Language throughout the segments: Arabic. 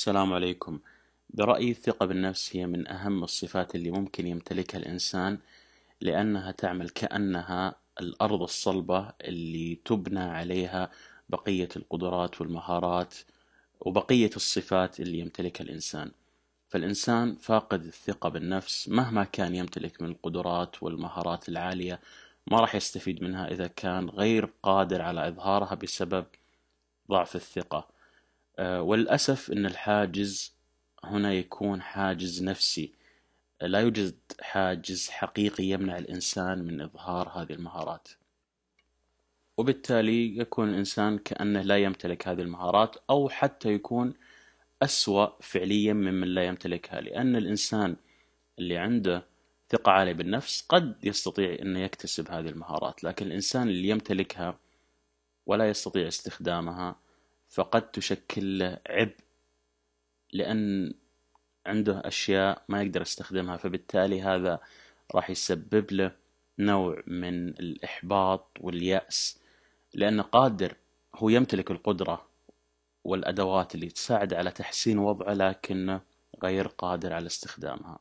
السلام عليكم. برأيي الثقة بالنفس هي من أهم الصفات اللي ممكن يمتلكها الإنسان، لأنها تعمل كأنها الأرض الصلبة اللي تبنى عليها بقية القدرات والمهارات وبقية الصفات اللي يمتلكها الإنسان. فالإنسان فاقد الثقة بالنفس مهما كان يمتلك من القدرات والمهارات العالية ما راح يستفيد منها إذا كان غير قادر على إظهارها بسبب ضعف الثقة. وللأسف أن الحاجز هنا يكون حاجز نفسي، لا يوجد حاجز حقيقي يمنع الإنسان من إظهار هذه المهارات، وبالتالي يكون الإنسان كأنه لا يمتلك هذه المهارات، أو حتى يكون أسوأ فعليا ممن لا يمتلكها، لأن الإنسان اللي عنده ثقة عالية بالنفس قد يستطيع أن يكتسب هذه المهارات، لكن الإنسان اللي يمتلكها ولا يستطيع استخدامها فقد تشكل له عبء، لأن عنده أشياء ما يقدر يستخدمها، فبالتالي هذا راح يسبب له نوع من الإحباط واليأس، لأنه قادر، هو يمتلك القدرة والأدوات اللي تساعد على تحسين وضعه لكنه غير قادر على استخدامها.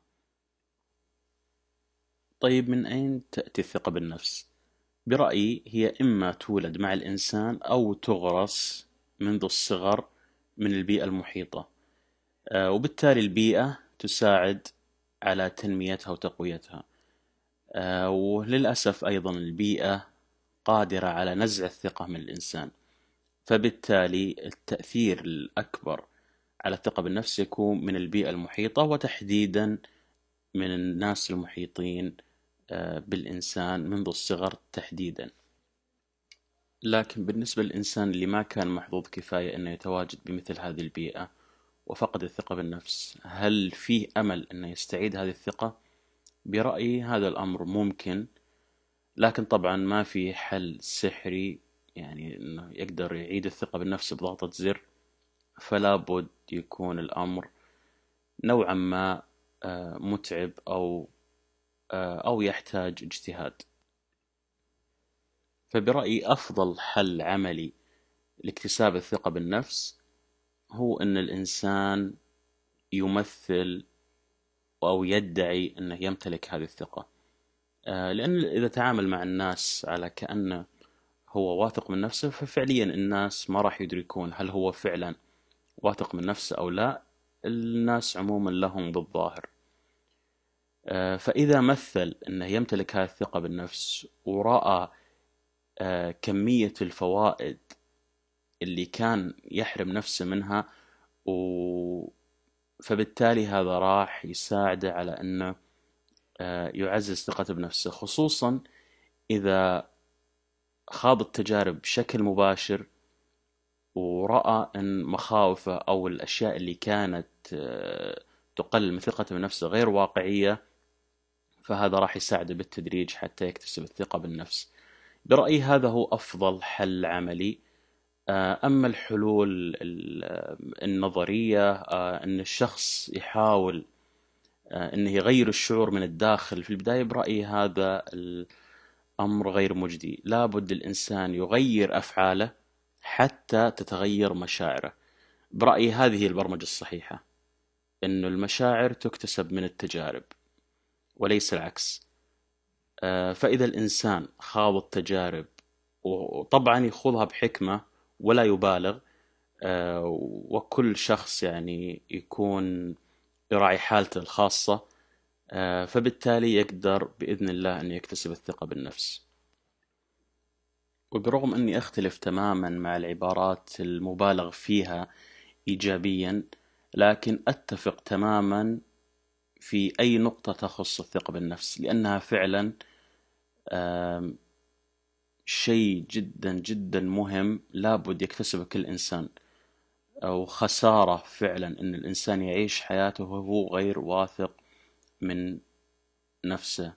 طيب، من أين تأتي الثقة بالنفس؟ برأيي هي إما تولد مع الإنسان أو تغرس منذ الصغر من البيئة المحيطة. وبالتالي البيئة تساعد على تنميتها وتقويتها. وللأسف أيضا البيئة قادرة على نزع الثقة من الإنسان، فبالتالي التأثير الأكبر على الثقة بالنفس يكون من البيئة المحيطة، وتحديدا من الناس المحيطين بالإنسان منذ الصغر تحديدا. لكن بالنسبة للإنسان اللي ما كان محظوظ كفاية أنه يتواجد بمثل هذه البيئة وفقد الثقة بالنفس، هل فيه أمل أنه يستعيد هذه الثقة؟ برأيي هذا الأمر ممكن، لكن طبعا ما في حل سحري يعني أنه يقدر يعيد الثقة بالنفس بضغطة زر، فلا بد يكون الأمر نوعا ما متعب أو يحتاج اجتهاد. فبرأيي أفضل حل عملي لاكتساب الثقة بالنفس هو أن الإنسان يمثل أو يدعي أنه يمتلك هذه الثقة. لأن إذا تعامل مع الناس على كأنه هو واثق من نفسه، ففعليا الناس ما راح يدركون هل هو فعلا واثق من نفسه أو لا. الناس عموما لهم بالظاهر. فإذا مثل أنه يمتلك هذه الثقة بالنفس ورأى كمية الفوائد اللي كان يحرم نفسه منها، فبالتالي هذا راح يساعده على أنه يعزز ثقته بنفسه، خصوصا إذا خاض التجارب بشكل مباشر ورأى أن مخاوفه أو الأشياء اللي كانت تقلل من ثقته بنفسه غير واقعية، فهذا راح يساعده بالتدريج حتى يكتسب الثقة بالنفس. برأيي هذا هو أفضل حل عملي. أما الحلول النظرية، أن الشخص يحاول أنه يغير الشعور من الداخل في البداية، برأيي هذا الأمر غير مجدي. لابد الإنسان يغير أفعاله حتى تتغير مشاعره. برأيي هذه هي البرمجة الصحيحة، أن المشاعر تكتسب من التجارب وليس العكس. فإذا الإنسان خاض التجارب، وطبعا يخوضها بحكمة ولا يبالغ، وكل شخص يعني يكون يراعي حالته الخاصة، فبالتالي يقدر بإذن الله أن يكتسب الثقة بالنفس. وبرغم أني أختلف تماما مع العبارات المبالغ فيها إيجابيا، لكن أتفق تماما في أي نقطة تخص الثقة بالنفس، لأنها فعلا شيء جدا جدا مهم لابد يكتسبه كل إنسان. أو خسارة فعلا أن الإنسان يعيش حياته وهو غير واثق من نفسه.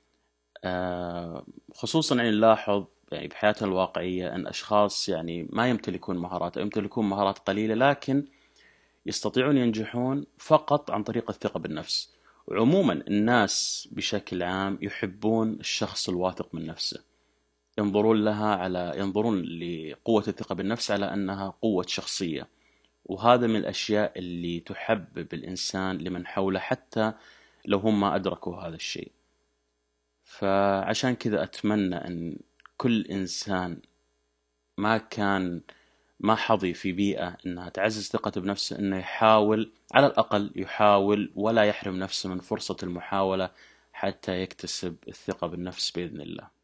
خصوصا يعني نلاحظ يعني بحياتنا الواقعية أن أشخاص يعني ما يمتلكون مهارات أو يمتلكون مهارات قليلة، لكن يستطيعون ينجحون فقط عن طريق الثقة بالنفس. وعموما الناس بشكل عام يحبون الشخص الواثق من نفسه، ينظرون لقوة الثقة بالنفس على أنها قوة شخصية، وهذا من الأشياء اللي تحبب الإنسان لمن حوله حتى لو هم ما أدركوا هذا الشيء. فعشان كذا أتمنى أن كل إنسان ما كان ما حظي في بيئة أنها تعزز ثقته بنفسه، أنه يحاول على الأقل يحاول ولا يحرم نفسه من فرصة المحاولة حتى يكتسب الثقة بالنفس بإذن الله.